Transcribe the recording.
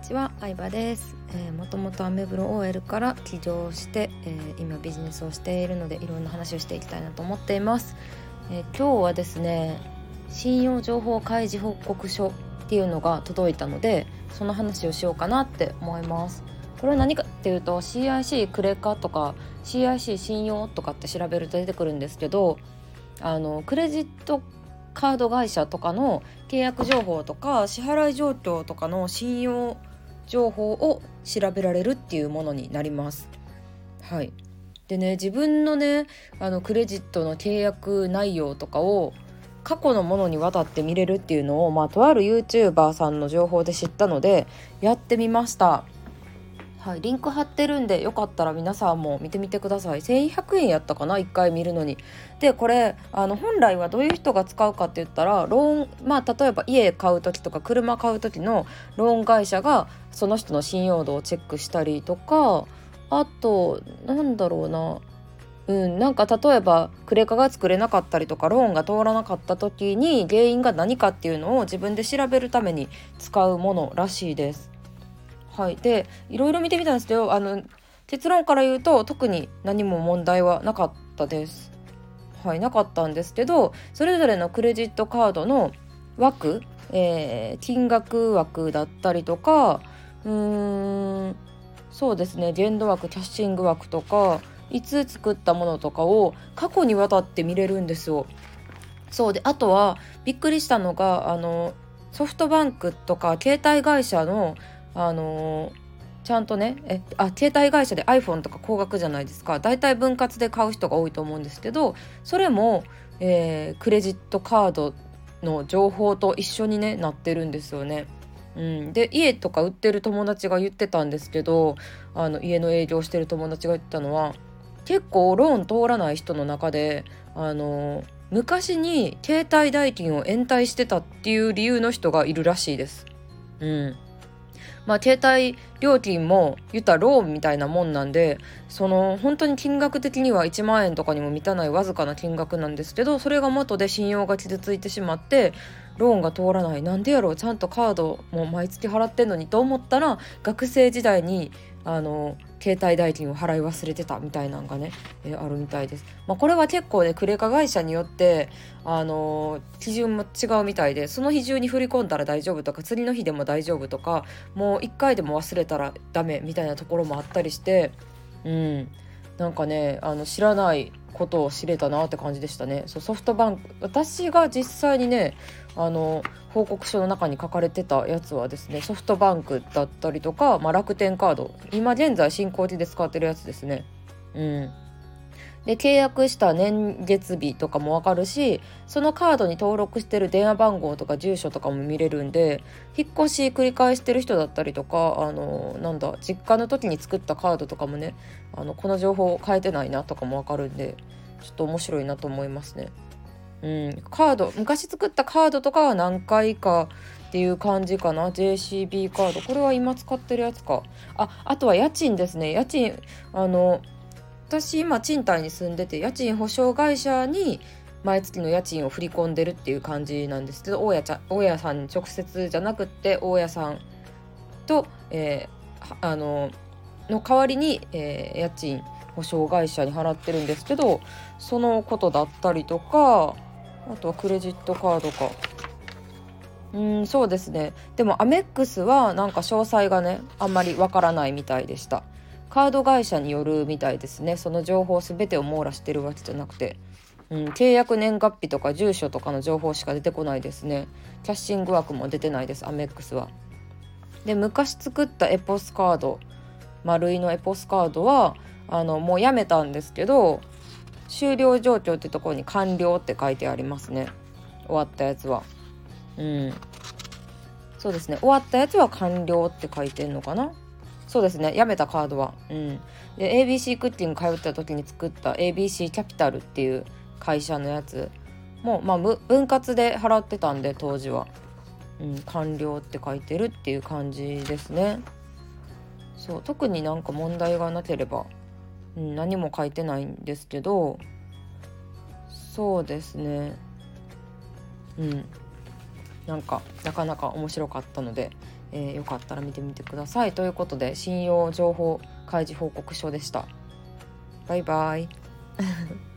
ちは、相葉です。もともとアメブロ OL から起業して、今ビジネスをしているのでいろんな話をしていきたいなと思っています。今日はですね、信用情報開示報告書っていうのが届いたので、その話をしようかなって思います。これは何かっていうと CIC クレカとか CIC 信用とかって調べると出てくるんですけど、クレジットカード会社とかの契約情報とか支払い状況とかの信用情報を調べられるっていうものになります。はい。でね、自分のね、クレジットの契約内容とかを過去のものにわたって見れるっていうのを、とある YouTuber さんの情報で知ったのでやってみました。はい、リンク貼ってるんでよかったら皆さんも見てみてください。1100円やったかな、1回見るのに。でこれ本来はどういう人が使うかって言ったら、ローン例えば家買う時とか車買う時のローン会社がその人の信用度をチェックしたりとか、あとなんだろうな、なんか例えばクレカが作れなかったりとかローンが通らなかった時に原因が何かっていうのを自分で調べるために使うものらしいです。はい。でいろいろ見てみたんですけど、結論から言うと特に何も問題はなかったです。はい、なかったんですけど、それぞれのクレジットカードの枠、金額枠だったりとか、そうですね、限度枠、キャッシング枠とか、いつ作ったものとかを過去にわたって見れるんですよ。そうで、あとはびっくりしたのが、ソフトバンクとか携帯会社のちゃんとね、携帯会社で iPhone とか高額じゃないですか。だいたい分割で買う人が多いと思うんですけど、それも、クレジットカードの情報と一緒に、なってるんですよね。で家とか売ってる友達が言ってたんですけど、家の営業してる友達が言ってたのは、結構ローン通らない人の中で昔に携帯代金を延滞してたっていう理由の人がいるらしいです。携帯料金も言ったらローンみたいなもんなんで、本当に金額的には1万円とかにも満たないわずかな金額なんですけど、それが元で信用が傷ついてしまってローンが通らない。なんでやろう、ちゃんとカードも毎月払ってんのにと思ったら、学生時代に携帯代金を払い忘れてたみたいなのがね、あるみたいです。これは結構ね、クレカ会社によって基準も違うみたいで、その日中に振り込んだら大丈夫とか、次の日でも大丈夫とか、もう1回でも忘れたらダメみたいなところもあったりして、なんかね、知らないことを知れたなって感じでしたね。ソフトバンク、私が実際にね、報告書の中に書かれてたやつはですね、ソフトバンクだったりとか、楽天カード、今現在進行形で使ってるやつですね。で契約した年月日とかもわかるし、そのカードに登録してる電話番号とか住所とかも見れるんで、引っ越し繰り返してる人だったりとか、実家の時に作ったカードとかもね、この情報を変えてないなとかもわかるんで、ちょっと面白いなと思いますね。カード、昔作ったカードとかは何回かっていう感じかな。 JCB カード、これは今使ってるやつか。あとは家賃ですね。家賃、私今賃貸に住んでて、家賃保証会社に毎月の家賃を振り込んでるっていう感じなんですけど、大家さんに直接じゃなくって大家さんと、の代わりに、家賃保証会社に払ってるんですけど、そのことだったりとか、あとはクレジットカードか。そうですね。でもアメックスはなんか詳細がね、あんまりわからないみたいでした。カード会社によるみたいですね。その情報すべてを網羅してるわけじゃなくて、契約年月日とか住所とかの情報しか出てこないですね。キャッシング枠も出てないです、アメックスは。で昔作ったエポスカード、丸いのエポスカードはもうやめたんですけど、終了状況ってところに完了って書いてありますね。終わったやつは。そうですね。終わったやつは完了って書いてんのかな。そうですね。やめたカードは。で ABC クッキング通った時に作った ABC キャピタルっていう会社のやつも分割で払ってたんで、当時は。完了って書いてるっていう感じですね。そう、特になんか問題がなければ、何も書いてないんですけど、そうですね。 なかなか面白かったので、よかったら見てみてください。ということで、信用情報開示報告書でした。バイバイ